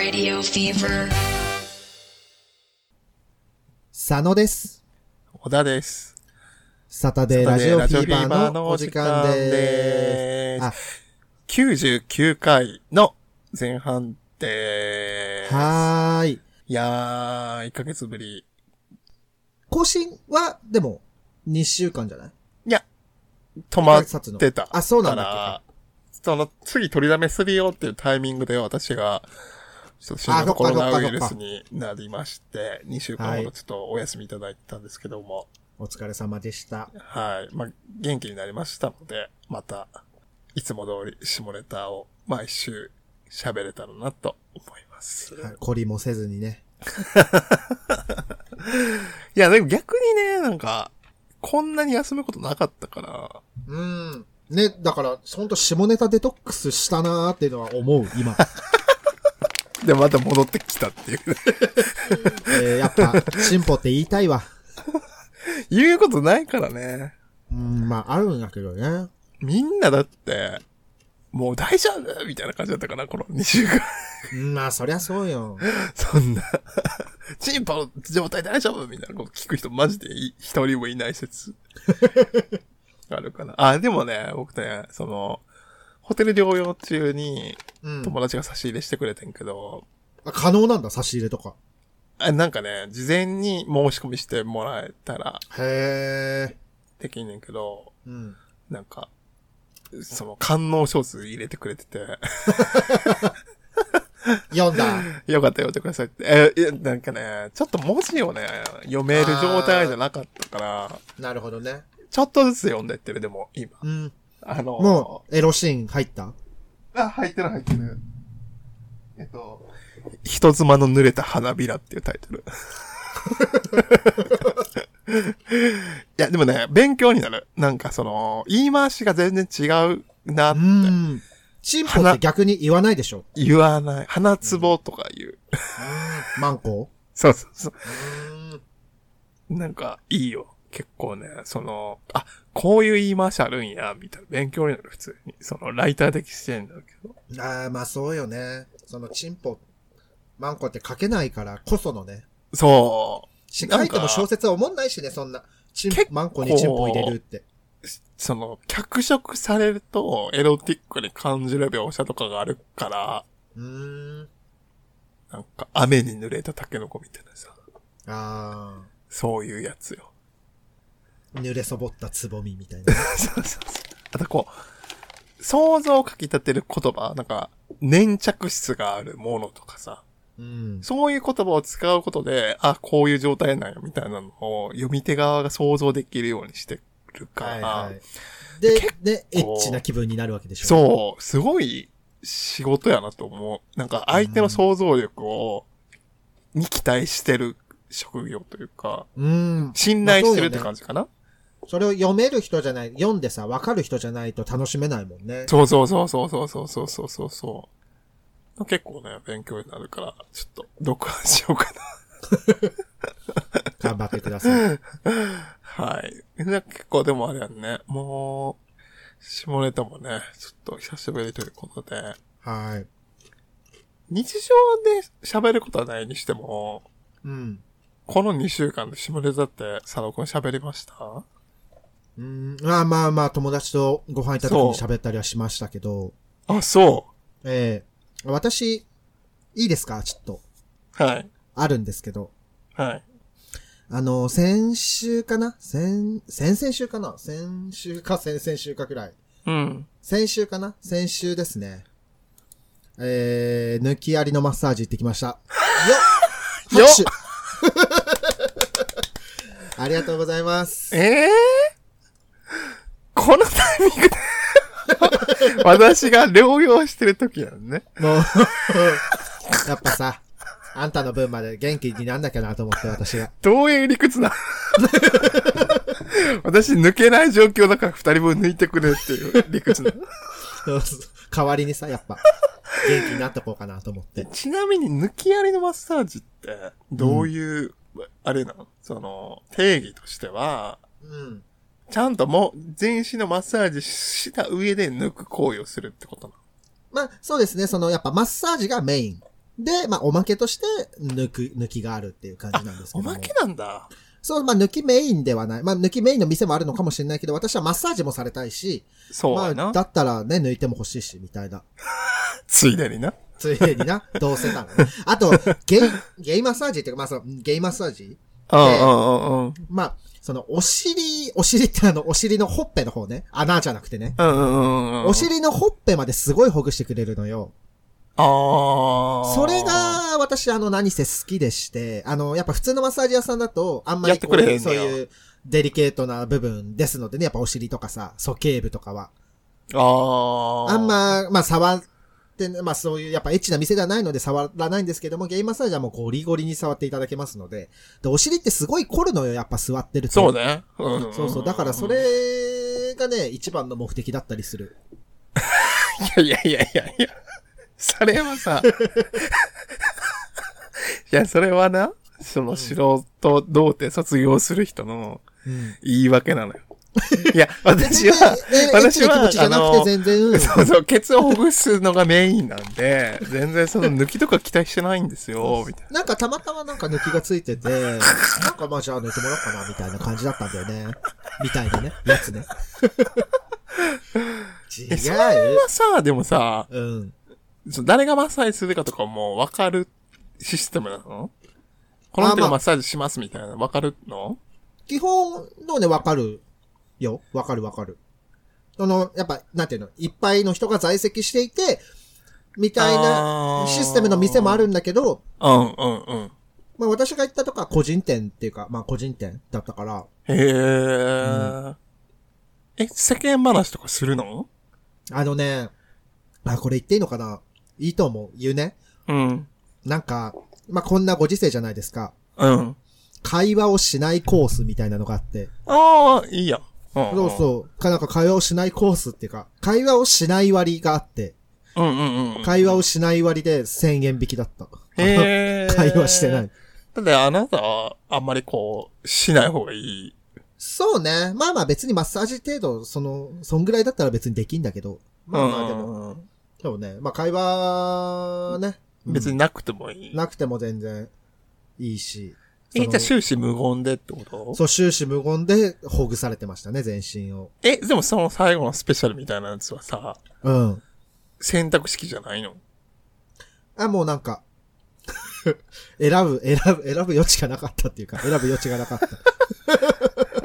Radio Fever 佐野です。 小田です。 サタデーラジオフィーバーのお時間でーす。 99回の前半でーす。 はーい。 いやー、1ヶ月ぶり。 更新は、でも、2週間じゃない？ いや、止まってた。 あ、そうなんだっけ。 その、次取りだめするよっていうタイミングで私が、ちょっと新型コロナウイルスになりまして、2週間ほどちょっとお休みいただいたんですけども。 お疲れ様でした。 はい。まあ、元気になりましたので、また、いつも通り下ネタを毎週喋れたらなと思います。 はい。懲りもせずにね。 いや、でも逆にね、なんか、こんなに休むことなかったから。 ね、だから、ほんと下ネタデトックスしたなーっていうのは思う、今。 で、また戻ってきたっていう。 やっぱ、進歩って言いたいわ。 言うことないからね。 まあ、あるんだけどね。 みんなだって、もう大丈夫みたいな感じだったかな、この2週間。 まあ、そりゃそうよ。 そんな、チンポの状態大丈夫みたいなこと聞く人マジで一人もいない説。あるかな。あ、でもね、僕ね、その、ホテル療養中に、友達が差し入れしてくれてんけど、 可能なんだ、差し入れとか。 なんかね、事前に申し込みしてもらえたら、 へー。 できんねんけど、なんか、その、官能小数入れてくれてて。 読んだ。 よかったよってくださいって。なんかね、ちょっと文字をね、読める状態じゃなかったから、 なるほどね。 ちょっとずつ読んでってる、でも、今。 もう、エロシーン入った？ 入ってる。人妻の濡れた花びらっていうタイトル。いや、でもね、勉強になる。なんかその、言い回しが全然違うなって。 チンポって逆に言わないでしょ？ 言わない。花壺とか言う。 マンコ？ そう。なんか、いいよ。結構ね、その、こういう言い回しあるんや、みたいな勉強になる、普通に。その、ライター的視点だけど。 まあそうよね。その、チンポ、マンコって書けないからこそのね。 そう。 書いても小説は思んないしね、そんな。マンコにチンポ入れるって。 その、脚色されると、エロティックに感じる描写とかがあるから、なんか、雨に濡れたタケノコみたいなさ。そういうやつよ。 濡れそぼったつぼみみたいな。 そう。あとこう、想像をかき立てる言葉、なんか、粘着質があるものとかさ。そういう言葉を使うことで、こういう状態なんや、みたいなのを読み手側が想像できるようにしてるから。 で、エッチな気分になるわけでしょ。 そう、すごい仕事やなと思う。なんか相手の想像力に期待してる職業というか、信頼してるって感じかな。 それを読める人じゃない、読んでさ、わかる人じゃないと楽しめないもんね。 そう。結構ね、勉強になるから、ちょっと、読破しようかな。 頑張ってください。 はい。結構でもあれやんね、もう、下ネタもね、ちょっと久しぶりということで。 はい。 日常で喋ることはないにしても、この2週間で下ネタって佐野くん喋りました？ まあ、友達とご飯行った時に喋ったりはしましたけど。 そう。 私、いいですか？ちょっと。 はい。 あるんですけど。 はい。 先週かな？先々週かな？先週か先々週かくらい。先週かな？先週ですね。抜きありのマッサージ行ってきました。よっ拍手ありがとうございます。 このタイミングで私が療養してる時やんね。 もう、やっぱさ、あんたの分まで元気になんなきゃなと思って私が。 どういう理屈な私抜けない状況だから2人分抜いてくれっていう理屈な代わりにさ、やっぱ、元気になってこうかなと思って。 ちなみに抜きありのマッサージって、どういう、あれなの？その、定義としては、ちゃんともう全身のマッサージした上で抜く行為をするってことなの？ まあ、そうですね。やっぱマッサージがメインで、まあ、おまけとして抜きがあるっていう感じなんですけども。 おまけなんだ。 そう、まあ、抜きメインではない。まあ、抜きメインの店もあるのかもしれないけど、私はマッサージもされたいし、 そうやな。 まあ、だったらね、抜いても欲しいし、みたいな。 ついでにな。 ついでにな、どうせならね。あと、ゲイマッサージっていうか、まあ、その、ゲイマッサージまあ、その、お尻ってお尻のほっぺの方ね。穴じゃなくてね。お尻のほっぺまですごいほぐしてくれるのよ。それが、私、何せ好きでして、やっぱ普通のマッサージ屋さんだと、あんまりそういうデリケートな部分ですのでね、やっぱお尻とかさ、鼠径部とかは。あんま、まあ、触って、まあそういう、やっぱエッチな店ではないので触らないんですけども、ゲイマッサージはもうゴリゴリに触っていただけますので、で、お尻ってすごい凝るのよ、やっぱ座ってると。 そうね。 そうそう。だからそれがね、一番の目的だったりする。 いや。それはさ、いや、それはな、その素人童貞卒業する人の言い訳なのよ。いや、私は、 気持ちじゃなくて全然。 そう、ケツをほぐすのがメインなんで、全然その抜きとか期待してないんですよ、みたいな。 なんかたまたまなんか抜きがついてて、なんかまあじゃあ抜いてもらおうかな、みたいな感じだったんだよね。みたいなね、やつね。違う。 それはさ、でもさ、誰がマッサージするかとかも分かるシステムなの？この人がマッサージしますみたいな分かるの？ 基本のね、分かるよ。分かる。やっぱ、なんていうの、いっぱいの人が在籍していて、みたいなシステムの店もあるんだけど、まあ私が行ったとか個人店っていうか、まあ個人店だったから。 世間話とかするの？ これ言っていいのかな？いいと思う。言うね。なんか、まあ、こんなご時世じゃないですか。会話をしないコースみたいなのがあって。 いいやん。 そう。なんか会話をしないコースっていうか、会話をしない割があって。会話をしない割で1000円引きだった。会話してない。 だってあなたはあんまりこう、しない方がいい。 そうね。まあまあ別にマッサージ程度、そんぐらいだったら別にできんだけど。まあまあでも。そうね。まあ会話ね。 別になくてもいい。 なくても全然いいし。 じゃあ終始無言でってこと？ そう、終始無言でほぐされてましたね、全身を。 でもその最後のスペシャルみたいなやつはさ、選択式じゃないの？ もうなんか、選ぶ余地がなかったっていうか、選ぶ余地がなかった。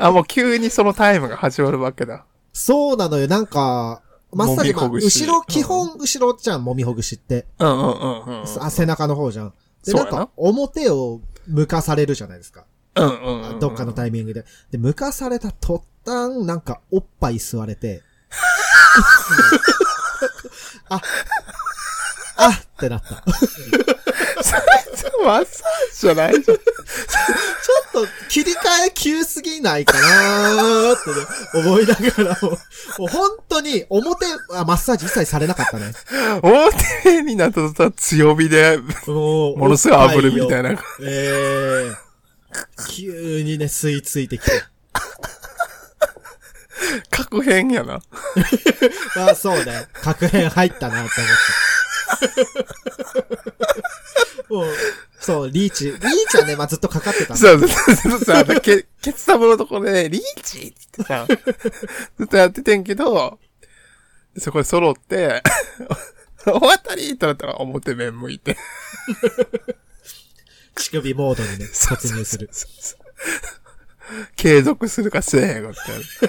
もう急にそのタイムが始まるわけだ。 そうなのよ、なんか、マッサージ、基本後ろじゃん、揉みほぐしって。背中の方じゃん。で、なんか、表を向かされるじゃないですか。どっかのタイミングで。で、向かされた途端、なんか、おっぱい吸われて、ってなった。 マッサージじゃないじゃん。 ちょっと切り替え急すぎないかなーってね、思いながらもう本当にマッサージ一切されなかったね。 表になったと強火で、ものすごい炙るみたいな。 急にね、吸い付いてきて。 確変やな。 そうね。確変入ったなって思った。もう、そう、リーチはね、ずっとかかってた。 そうさ、ケツサブのところで、リーチってさ、ずっとやっててんけど、そこで揃って、終わったりってなったら表面向いて。 乳首モードにね、突入する。 継続するかせえへんかって。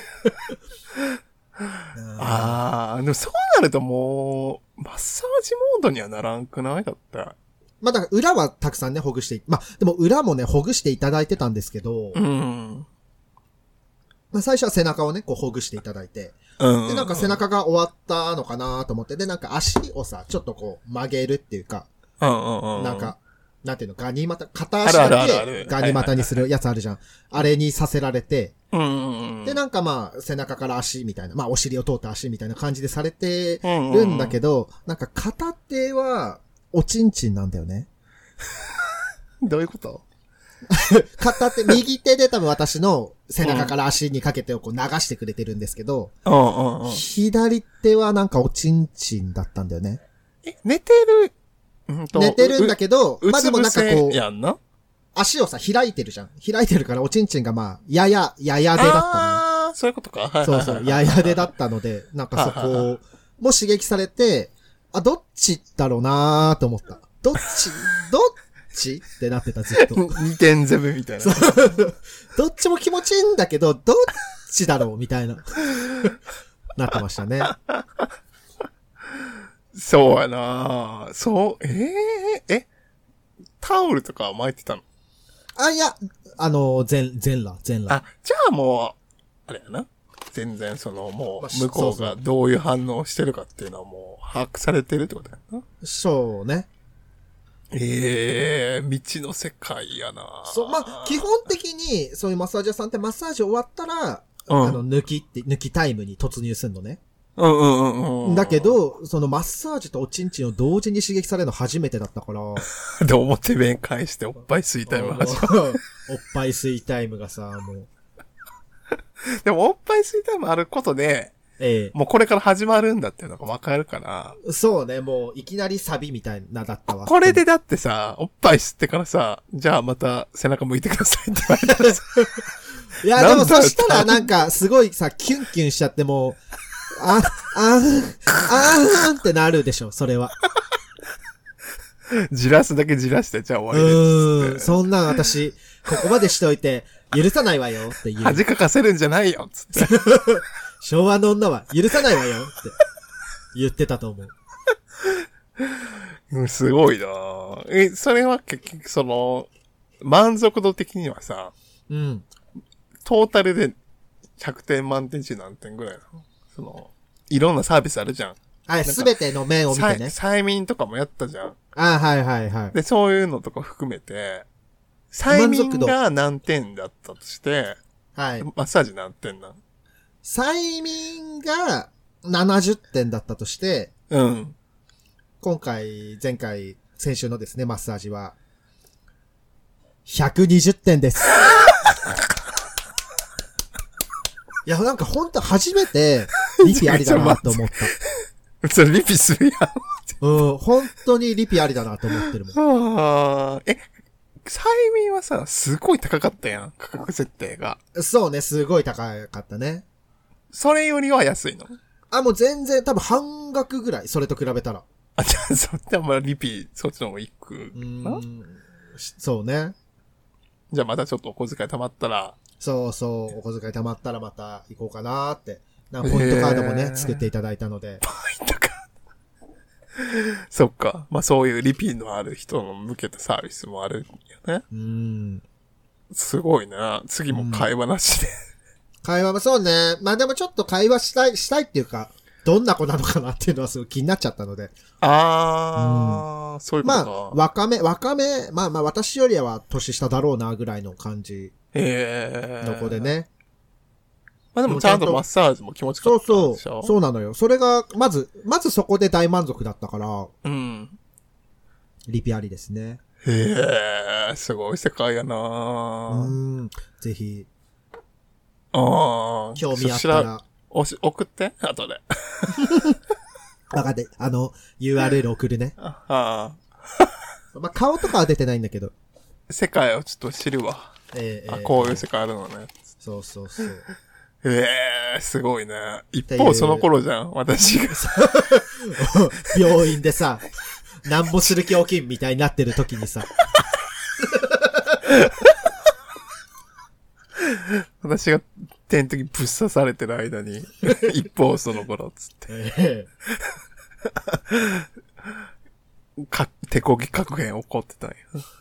でもそうなるともう、マッサージモードにはならんくないだった。 だから裏はたくさんね、ほぐして、でも裏もね、ほぐしていただいてたんですけど、最初は背中をね、こうほぐしていただいて、で、なんか背中が終わったのかなと思って、で、なんか足をさ、ちょっとこう曲げるっていうか、なんか、なんていうの、ガニ股、片足だけガニ股にするやつあるじゃん。あれにさせられて、で、なんか背中から足みたいな、お尻を通った足みたいな感じでされてるんだけど、なんか片手は、おちんちんなんだよね。 どういうこと？ 片手、右手で多分私の背中から足にかけてをこう流してくれてるんですけど、左手はなんかおちんちんだったんだよね。 寝てる寝てるんだけど、まあでもなんかこう、 やんな足をさ、開いてるじゃん。開いてるからおちんちんがまあ、ややでだったのよ。 ああ、そういうことか。はいそうそう、ややでだったので、なんかそこも刺激されて、あ、どっちだろうなーと思った。どっちってなってた、ずっと。 2点攻めみたいな。 どっちも気持ちいいんだけど、どっちだろうみたいな。なってましたね。 そうやなそう、タオルとか巻いてたの？ あ、いや、全裸。 あ、じゃあもう、あれやな。全然もう、向こうがどういう反応してるかっていうのはもう、把握されてるってことやな。 そうね。 未知の世界やなそう、まあ、基本的に、そういうマッサージ屋さんってマッサージ終わったら、抜きタイムに突入するのね。だけど、そのマッサージとおちんちんを同時に刺激されるの初めてだったから。 で、表面返しておっぱい吸いタイム始まる。 おっぱい吸いタイムがさ、もう。 でも、おっぱい吸いタイムあることで、もうこれから始まるんだっていうのがわかるから。 そうね、もういきなりサビみたいなだったわ。 これでだってさ、おっぱい吸ってからさ、じゃあまた背中向いてくださいって言われたらさ。 いや、でもそしたらなんかすごいさ、キュンキュンしちゃってもう、あーんってなるでしょ、それは。 じらすだけじらして、じゃあ終わりです。 そんなん私、ここまでしといて、許さないわよって言う。 恥かかせるんじゃないよ、つって。 昭和の女は許さないわよって言ってたと思う。すごいなぁ。それは結局満足度的にはさ、トータルで100点満点中何点ぐらいなの？いろんなサービスあるじゃん。 はい、すべての面を見てね。 催眠とかもやったじゃん。 はい。 で、そういうのとか含めて、催眠が何点だったとして、 はい。 マッサージ何点なん？ 催眠が70点だったとして、前回、先週のですね、マッサージは、120点です。いや、なんかほんと初めて、リピありだなと思った。 それリピするやん。本当にリピありだなと思ってるもん。 催眠はさ、すごい高かったやん、価格設定が。 そうね、すごい高かったね。 それよりは安いの？ もう全然、多分半額ぐらい、それと比べたら。 じゃあ、そっちはまあリピ、そっちの方がいくな？ そうね。 じゃあまたちょっとお小遣い貯まったら。 そう、お小遣い貯まったらまた行こうかなーって。なんかポイントカードもね、作っていただいたので。 ポイントカードそっか。まあそういうリピのある人の向けたサービスもあるよね。すごいな。次も会話なしで。 会話もそうね。まあでもちょっと会話したいっていうか、どんな子なのかなっていうのはすごい気になっちゃったので。 そういうことか。 まあ、若め、まあ私よりは年下だろうなぐらいの感じ。の子でね。 まあでもちゃんとマッサージも気持ちよかったでしょ？ そうなのよ。それが、まずそこで大満足だったから。リピありですね。 すごい世界やなぜひ。興味あったら。 送って後で。 わかって、URL 送るね。まあ、顔とかは出てないんだけど。 世界をちょっと知るわ。こういう世界あるのね。 そう。 すごいね。一方その頃じゃん、私が。 病院でさ、なんもする気起きんみたいになってる時にさ。 私が点滴ぶっ刺されてる間に、一方その頃つって。手こぎ確変起こってたんや。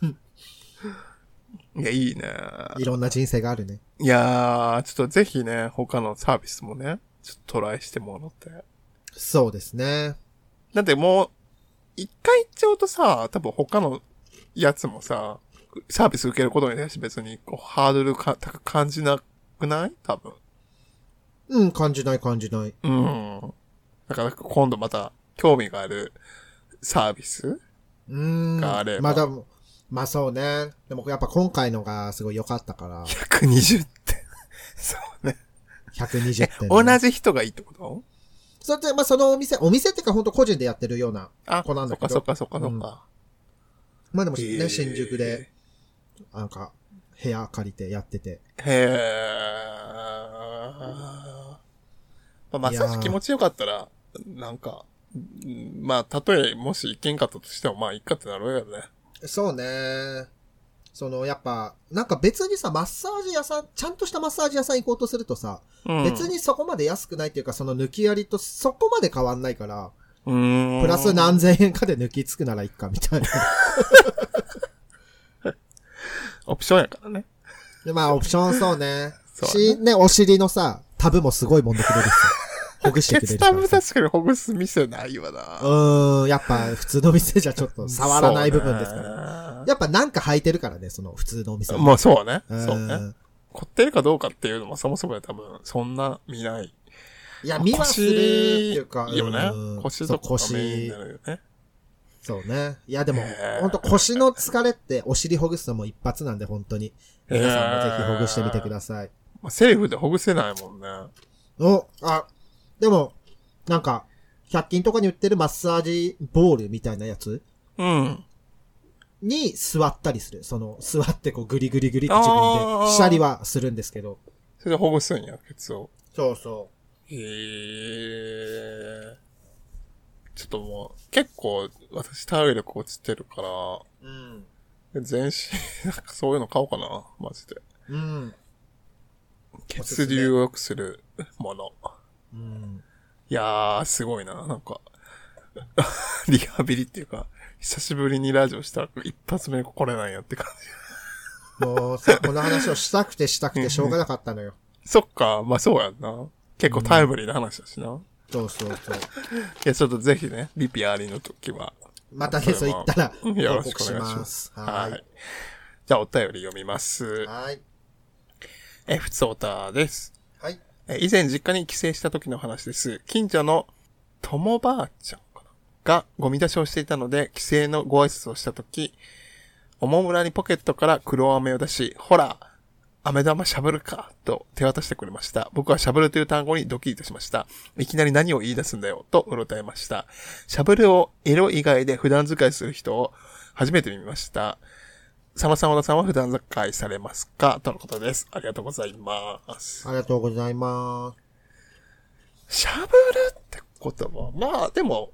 いや、いいね。 いろんな人生があるね。 いやー、ちょっとぜひね、他のサービスもね、ちょっとトライしてもらって。 そうですね。 だってもう、一回行っちゃうとさ、多分他のやつもさ、サービス受けることに対して別にこうハードル高く感じなくない？多分。 感じない。 だから今度また興味があるサービスがあれば。 まあそうね。でもやっぱ今回のがすごい良かったから。 120点。そうね。 120点、ね。 同じ人がいいってこと？ それで、まあそのお店ってか本当個人でやってるような子なんだけど。 そっか。 まあでもね、新宿で、なんか、部屋借りてやってて。 まあ、マッサージ気持ちよかったら、なんか、まあ、たとえもし行けんかったとしても、まあ、いっかってなるよね。 そうね。やっぱ、なんか別にさ、マッサージ屋さん、ちゃんとしたマッサージ屋さん行こうとするとさ、別にそこまで安くないっていうか、抜きやりとそこまで変わんないから、プラス何千円かで抜きつくならいっか、みたいな。 オプションやからね。 で、まあ、オプションそうね。ね、お尻のさ、タブもすごいもんでくれるし。ほぐしてくれる。 ケツタブ確かにほぐす店ないわな。 やっぱ普通の店じゃちょっと触らない部分ですから。やっぱなんか履いてるからね、普通のお店。 まあそうね。そうね。凝ってるかどうかっていうのもそもそも多分、そんな見ない。 いや、見はするっていうか。 いいよね。腰とかメインになるよね。 そうね。いやでも、ほんと腰の疲れってお尻ほぐすのも一発なんで、本当に。皆さんもぜひほぐしてみてください。 まあ、セーフでほぐせないもんね。 でも、なんか、100均とかに売ってるマッサージボールみたいなやつに座ったりする。座ってこうグリグリグリって自分でしたりはするんですけど。 それでほぐすんや、ケツを。 そうそう。 ちょっともう、結構私体力落ちてるから、全身、なんかそういうの買おうかな、マジで。血流を良くするもの。いやー、すごいな。なんか、リハビリっていうか、久しぶりにラジオしたら一発目これなんやって感じ。もうさ、この話をしたくてしょうがなかったのよ。 そっか、まあそうやんな。結構タイムリーな話だしな。 そうそうそう。 いや、ちょっとぜひね、リピありの時は。 またね、そう言ったら、 よろしくお願いします。はい。じゃあ、お便り読みます。 はい。 ふつおたです。 はい。 以前実家に帰省した時の話です。近所の友ばあちゃんかながゴミ出しをしていたので、帰省のご挨拶をした時、おもむらにポケットから黒飴を出し、ほら、飴玉しゃぶるか、と手渡してくれました。僕はしゃぶるという単語にドキリとしました。いきなり何を言い出すんだよ、とうろたえました。しゃぶるをエロ以外で普段使いする人を初めて見ました。佐野さん、小田さんは普段使いされますかとのことです。ありがとうございます。 ありがとうございます。 しゃぶるって言葉。まあ、でも、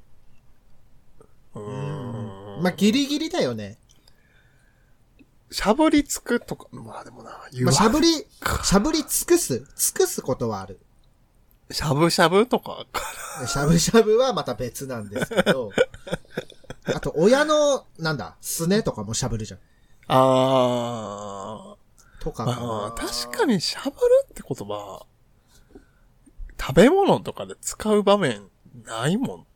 まあ、ギリギリだよね。 しゃぶりつくとか、まあでもな、 まあ、しゃぶり尽くすことはある。 しゃぶしゃぶとかしゃぶしゃぶはまた別なんですけど、あと、親の、すねとかもしゃぶるじゃん。とかまあ、確かにしゃぶるって言葉、食べ物とかで使う場面ないもん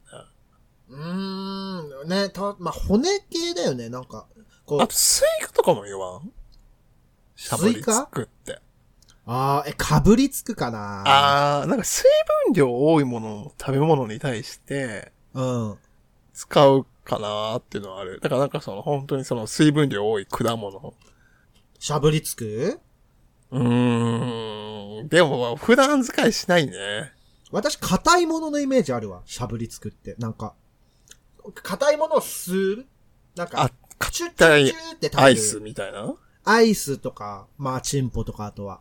ね。まあ、骨系だよね、なんか。 あと、スイカとかも言わん？しゃぶりつくって。 かぶりつくかな。 なんか水分量多いもの、食べ物に対して、使うかなーっていうのはある。だからなんか本当に水分量多い果物。 しゃぶりつく？ でも普段使いしないね。 私、硬いもののイメージあるわ。しゃぶりつくって。なんか、硬いものを吸う？なんか、 チュッチュッチュって食べる。アイスみたいな？ アイスとか、まあ、チンポとか、あとは。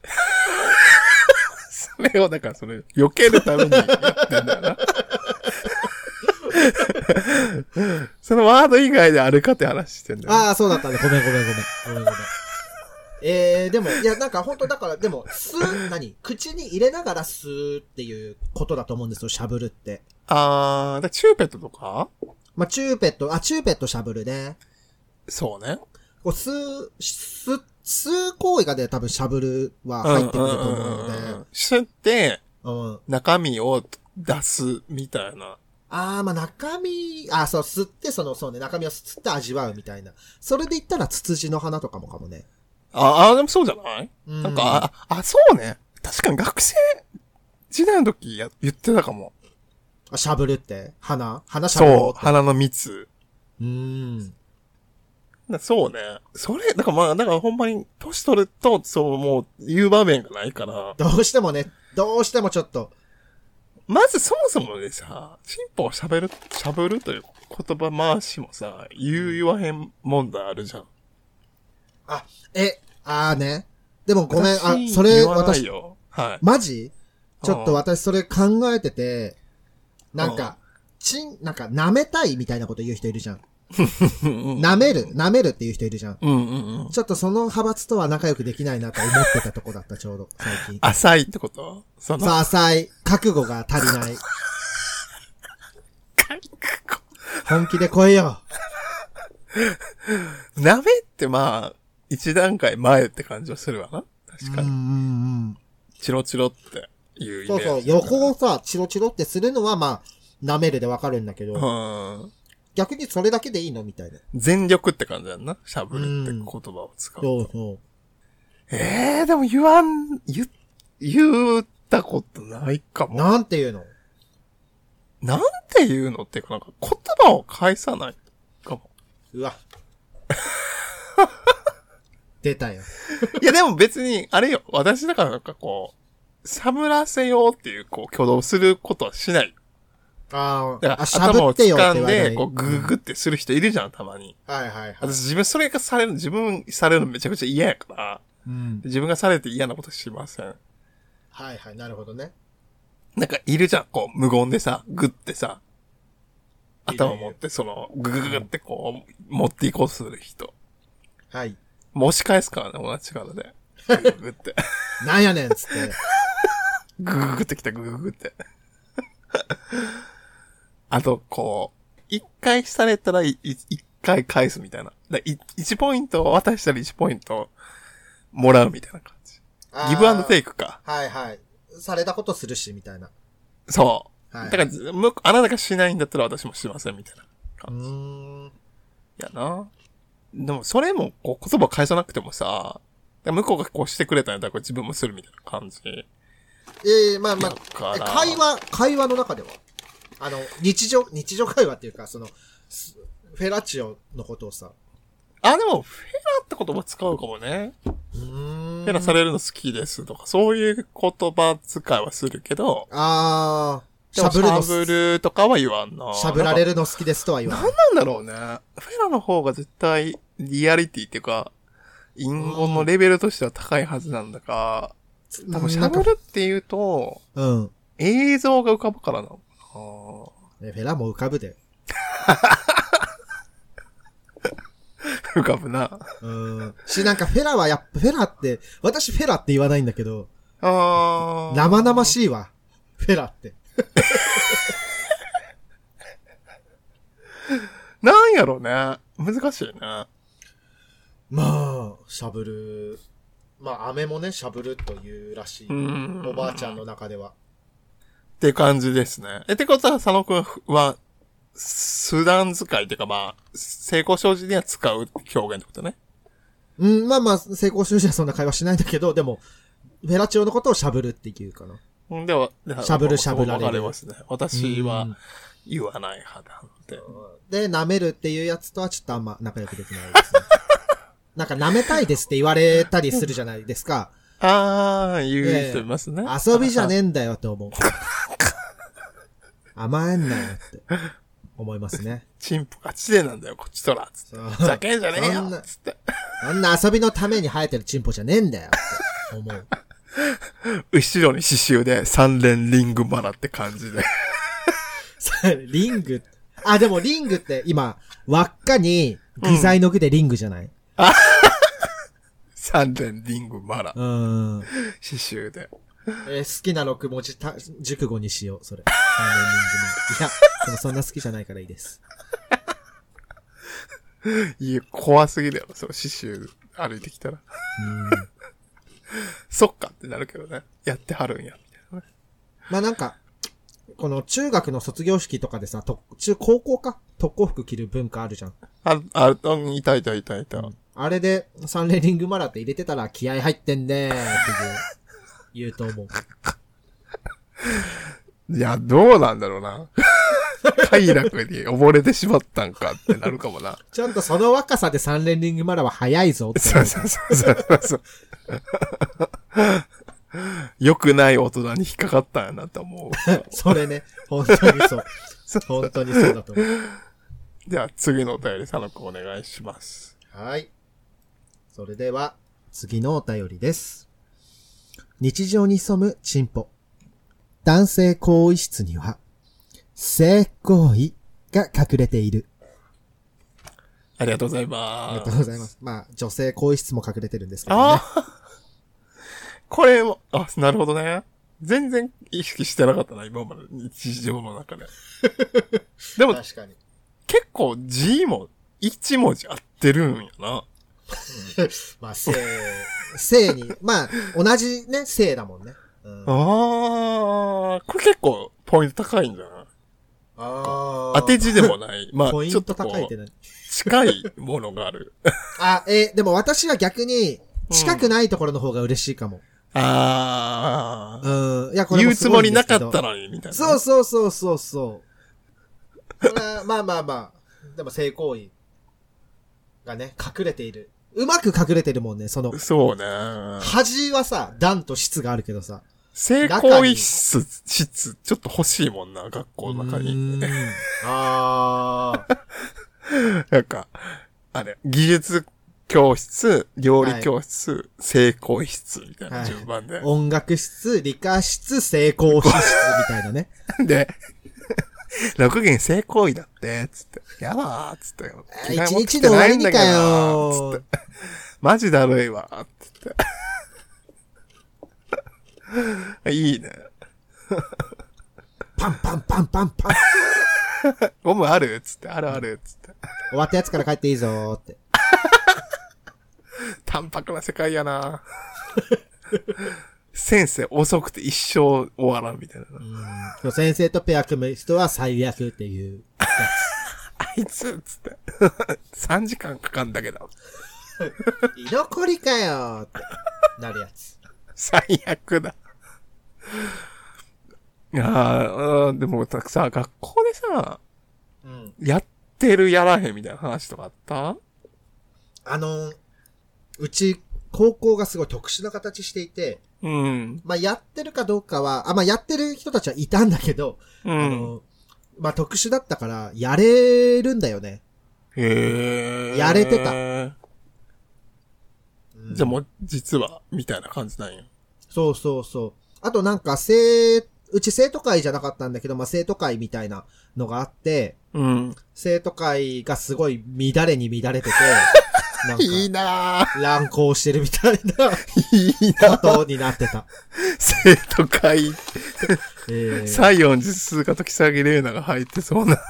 それを、だから避けるためにやってんだよな。そのワード以外であるかって話してんだよ。 そうだったね。ごめん。でも、いや、なんか本当だから、でも、口に入れながら吸うっていうことだと思うんですよ、しゃぶるって。 チューペットとか？ まあ、チューペットしゃぶるね。 そうね。 こう吸う行為がね、多分しゃぶるは入ってくると思うので。 吸って、中身を出すみたいな。 まあ、中身、そう、吸って、そうね、中身を吸って味わうみたいな。それで言ったら、ツツジの花とかもかもね。 でもそうじゃない？なんか、そうね。確かに学生時代の時言ってたかも。 しゃぶるって花しゃぶるって。 そう、花の蜜。そうね。だからほんまに、年取ると、もう、言う場面がないから。 どうしてもちょっと。 まずそもそもでさ、チンポをしゃぶるという言葉回しもさ、言わへん問題あるじゃん。 ね。でもごめん、それ、私、 はい。 マジちょっと私それ考えてて、なんか、なんか舐めたいみたいなこと言う人いるじゃん。舐めるっていう人いるじゃん。ちょっとその派閥とは仲良くできないなと思ってたとこだった、ちょうど、最近。 浅いってことそう、浅い。覚悟が足りない。本気で来いよ。 舐めってまあ、一段階前って感じはするわな。確かに。チロチロっていうイメージ。 そうそう、横をさ、チロチロってするのはまあ、舐めるでわかるんだけど、逆にそれだけでいいのみたいな。 全力って感じだな。しゃぶるって言葉を使う。 そうそう。 でも言ったことないかも。 なんて言うのなんて言うのっていうか、なんか言葉を返さないかも。 うわ。出たよ。 いやでも別に、あれよ、私だからなんかこう、しゃぶらせようっていう、こう、挙動することはしない。だから頭を掴んで、こう、グググってする人いるじゃん、たまに。 はいはいはい。 私自分されるのめちゃくちゃ嫌やから、自分がされて嫌なことしません。 はいはい、なるほどね。 なんかいるじゃん、こう、無言でさ、グってさ、頭持って、グググってこう、持っていこうとする人。 はい。 もう押し返すからね、同じ力で。グググって。 なんやねんつって。 グググってきた、グググって。あと、こう、一回されたら一回返すみたいな。1ポイント渡したら1ポイントもらうみたいな感じ。ギブアンドテイクか。 はいはい。されたことするし、みたいな。 そう。はい、だから、あなたがしないんだったら私もしませんみたいな感じ。やな。でも、それも、こう、言葉返さなくてもさ、向こうがこうしてくれたんだったら自分もするみたいな感じ。 まあまあ、会話の中では日常会話っていうか、フェラチオのことをさ。 でも、フェラって言葉使うかもね。フェラされるの好きですとか、そういう言葉使いはするけど。しゃぶるとかは言わんな。 しゃぶられるの好きですとは言わん。 なんなんだろうね。フェラの方が絶対、リアリティっていうか、隠語のレベルとしては高いはずなんだが、多分しゃぶるって言うと、映像が浮かぶからな。 フェラも浮かぶで。 浮かぶな。 なんかフェラって、私フェラって言わないんだけど、生々しいわ。フェラって。 なんやろね。難しいね。 まあ、しゃぶる。まあ、飴もね、しゃぶるというらしい。おばあちゃんの中では。 って感じですね。ってことは、佐野くんは、普段使いっていうかまあ、成功障子には使う表現ってことね。 まあまあ、成功障子はそんな会話しないんだけど、でも、フェラチオのことをしゃぶるって言うかな。 では、 しゃぶるしゃぶられる。 わかりますね。私は言わない派なんで。で、舐めるっていうやつとはちょっとあんま仲良くできないですね。なんか舐めたいですって言われたりするじゃないですか。 言う人いますね。 遊びじゃねえんだよって思う。甘えんなよって思いますね。 チンポガチでなんだよ、こっちとら。つって。ふざけんじゃねえよつって。 そんな遊びのために生えてるチンポじゃねえんだよって思う。 後ろに刺繍で三連リングマナって感じで。 リング。でもリングって今、輪っかに具材の具でリングじゃない、 三連リングマナ。刺繍で。 好きな6文字熟語にしよう、それ。三連リングマナ。いや、でもそんな好きじゃないからいいです。 いや、怖すぎるよ、その刺繍歩いてきたら。そっかってなるけどね。やってはるんや、みたいなね。 まあなんか、この中学の卒業式とかでさ、高校か特攻服着る文化あるじゃん。 いた。 あれで、三連リングマラって入れてたら気合入ってんねーって言うと思う。 いや、どうなんだろうな。快楽に溺れてしまったんかってなるかもな。 ちょっとその若さで三連リングマラは早いぞって。 そう。良くない大人に引っかかったんやなって思う。 それね、本当にそう。本当にそうだと思う。 じゃあ次のお便り、佐野くんお願いします。 はい。それでは、次のお便りです。日常に潜むチンポ。男性更衣室には、性行為が隠れている。 ありがとうございます。 ありがとうございます。まあ、女性更衣室も隠れてるんですけどね。ああこれも、なるほどね。全然意識してなかったな、今まで日常の中で。でも、 確かに。 結構 G も1文字合ってるんやな。 まあ、性に、まあ、同じね、性だもんね。 うん、これ結構ポイント高いんじゃない？当て字でもない。まあ、 ポイント高いって何？ 近いものがある。 でも私は逆に、近くないところの方が嬉しいかも。 いや、これ言うつもりなかったのに、みたいな。 そう。まあ。でも性行為がね、隠れている。うまく隠れてるもんね、そうね。 端はさ、段と質があるけどさ。 性行為質、ちょっと欲しいもんな、学校の中に。なんか、技術教室、料理教室、性行為室みたいな順番で。 音楽室、理科室、性行為室みたいなね。 で、6限性行為だって、つって。やだー、つって。 一日の終わりにかよー、つって。マジだるいわ、つって。いいね。 パン。 ゴムあるつって、あるつって。 終わったやつから帰っていいぞーって。 淡白な世界やな先生遅くて一生終わらんみたいな。先生とペア組む人は最悪っていうやつ。 あいつつって。3時間かかんだけど。 居残りかよーってなるやつ。 最悪だ。いやー、でもさ、学校でさ、やってるやらへんみたいな話とかあった？ うち、高校がすごい特殊な形していて、 まあ、やってるかどうかは、まあ、やってる人たちはいたんだけど、まあ、特殊だったから、やれるんだよね。やれてた。 じゃあもう、実は、みたいな感じなんや。 そう。あとなんか、うち生徒会じゃなかったんだけど、まあ、生徒会みたいなのがあって、生徒会がすごい乱れてて、なんかいいなぁ。 乱行してるみたいなことになってた。 生徒会。西園寺数かと木更木玲奈が入ってそうな。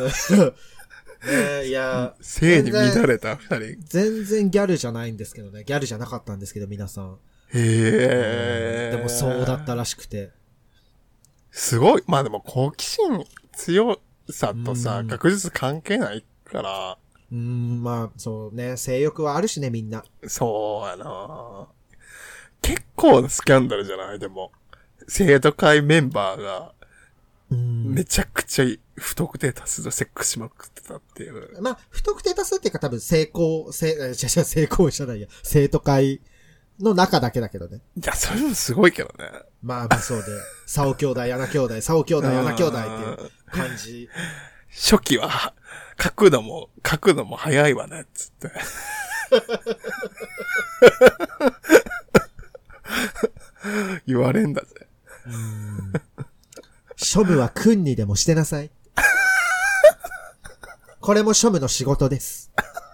いや、 性に乱れた二人。 全然ギャルじゃないんですけどね。ギャルじゃなかったんですけど、皆さん。でもそうだったらしくて。 すごい。まあでも好奇心強さとさ、学術関係ないから。 まあ、そうね。性欲はあるしね、みんな。 そうやな結構なスキャンダルじゃないでも。生徒会メンバーが、めちゃくちゃ不特定多数とセックスしまくってたっていう。 まあ、不特定多数っていうか多分成功じゃないや。生徒会の中だけだけどね。 いや、それもすごいけどね。 まあそうで、竿兄弟、穴兄弟、竿兄弟、穴兄弟っていう感じ。 初期は、書くのも早いわね、つって。言われんだぜ。 庶務は君にでもしてなさい。これも庶務の仕事です。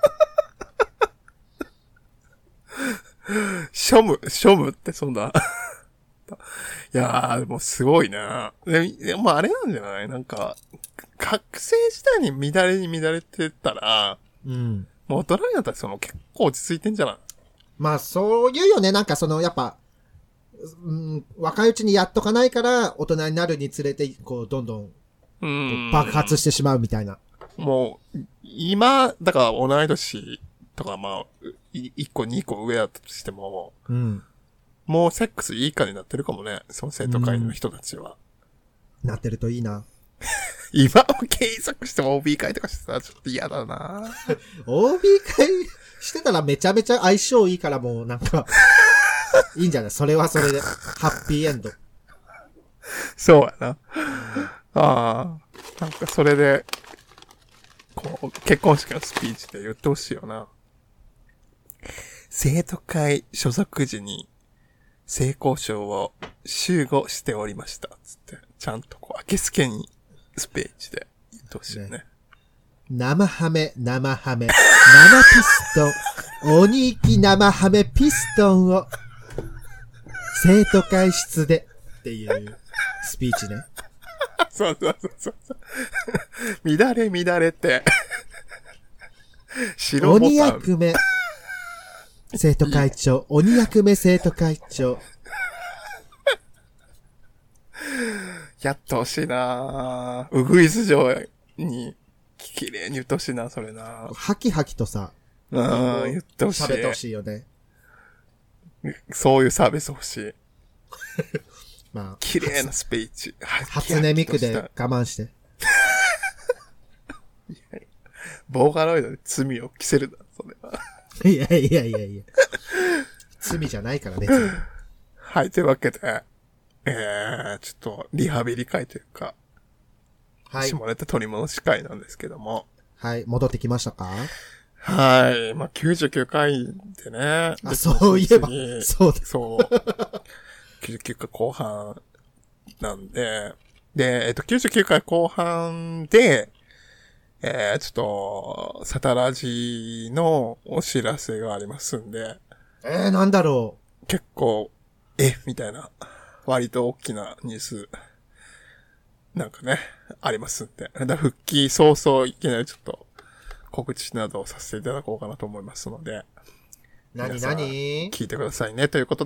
庶務ってそんな。いやー、でもすごいな。でもあれなんじゃないなんか、学生時代に乱れてたら、もう大人になったら結構落ち着いてんじゃない？ まあそういうよね。なんかやっぱ、若いうちにやっとかないから、大人になるにつれて、どんどん、爆発してしまうみたいな。 もう、今、だから同い年とか、まあ、1個2個上だったとしても、もうセックスいいかになってるかもね、その生徒会の人たちは。 なってるといいな。 今を継続しても OB 会とかしてたらちょっと嫌だな OB 会してたらめちゃめちゃ相性いいからもうなんか、いいんじゃないそれはそれで。ハッピーエンド。 そうやな。なんかそれで、 こう、結婚式のスピーチで言ってほしいよな。生徒会所属時に性交渉を集合しておりました。つって、ちゃんとこう、明けすけにスピーチで言ってほしいよね。 生ハメ、生ハメ、生ピストン、鬼行き生ハメピストンを生徒会室でっていうスピーチね。 そう。乱れって。白ボタン。 鬼役目、生徒会長、鬼役目生徒会長。 やってほしいなぁ。ウグイス城に、綺麗に言ってほしいな、それな。 ハキハキとさ、 言ってほしい。 喋ってほしいよね。 そういうサービス欲しい。 まあ、 綺麗なスピーチ。 初音ミクで我慢して。 ボーカロイドで罪を着せるな、それは。 いや。罪じゃないからね。 はい、というわけで、ちょっとリハビリ会というか、はい。下ネタ取り戻し会なんですけども。 はい、戻ってきましたか？ はい。まあ、99回でね。 あ、そういえば、そうだ。 そう。99回後半なんで、で、99回後半で、ちょっと、サタラジのお知らせがありますんで。 なんだろう。結構、みたいな、割と大きなニュース、なんかね、ありますんで。復帰早々いきなりちょっと、告知などをさせていただこうかなと思いますので。 何聞いてくださいね。ということ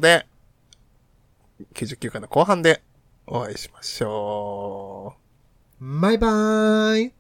で、99回の後半でお会いしましょう。バイバーイ。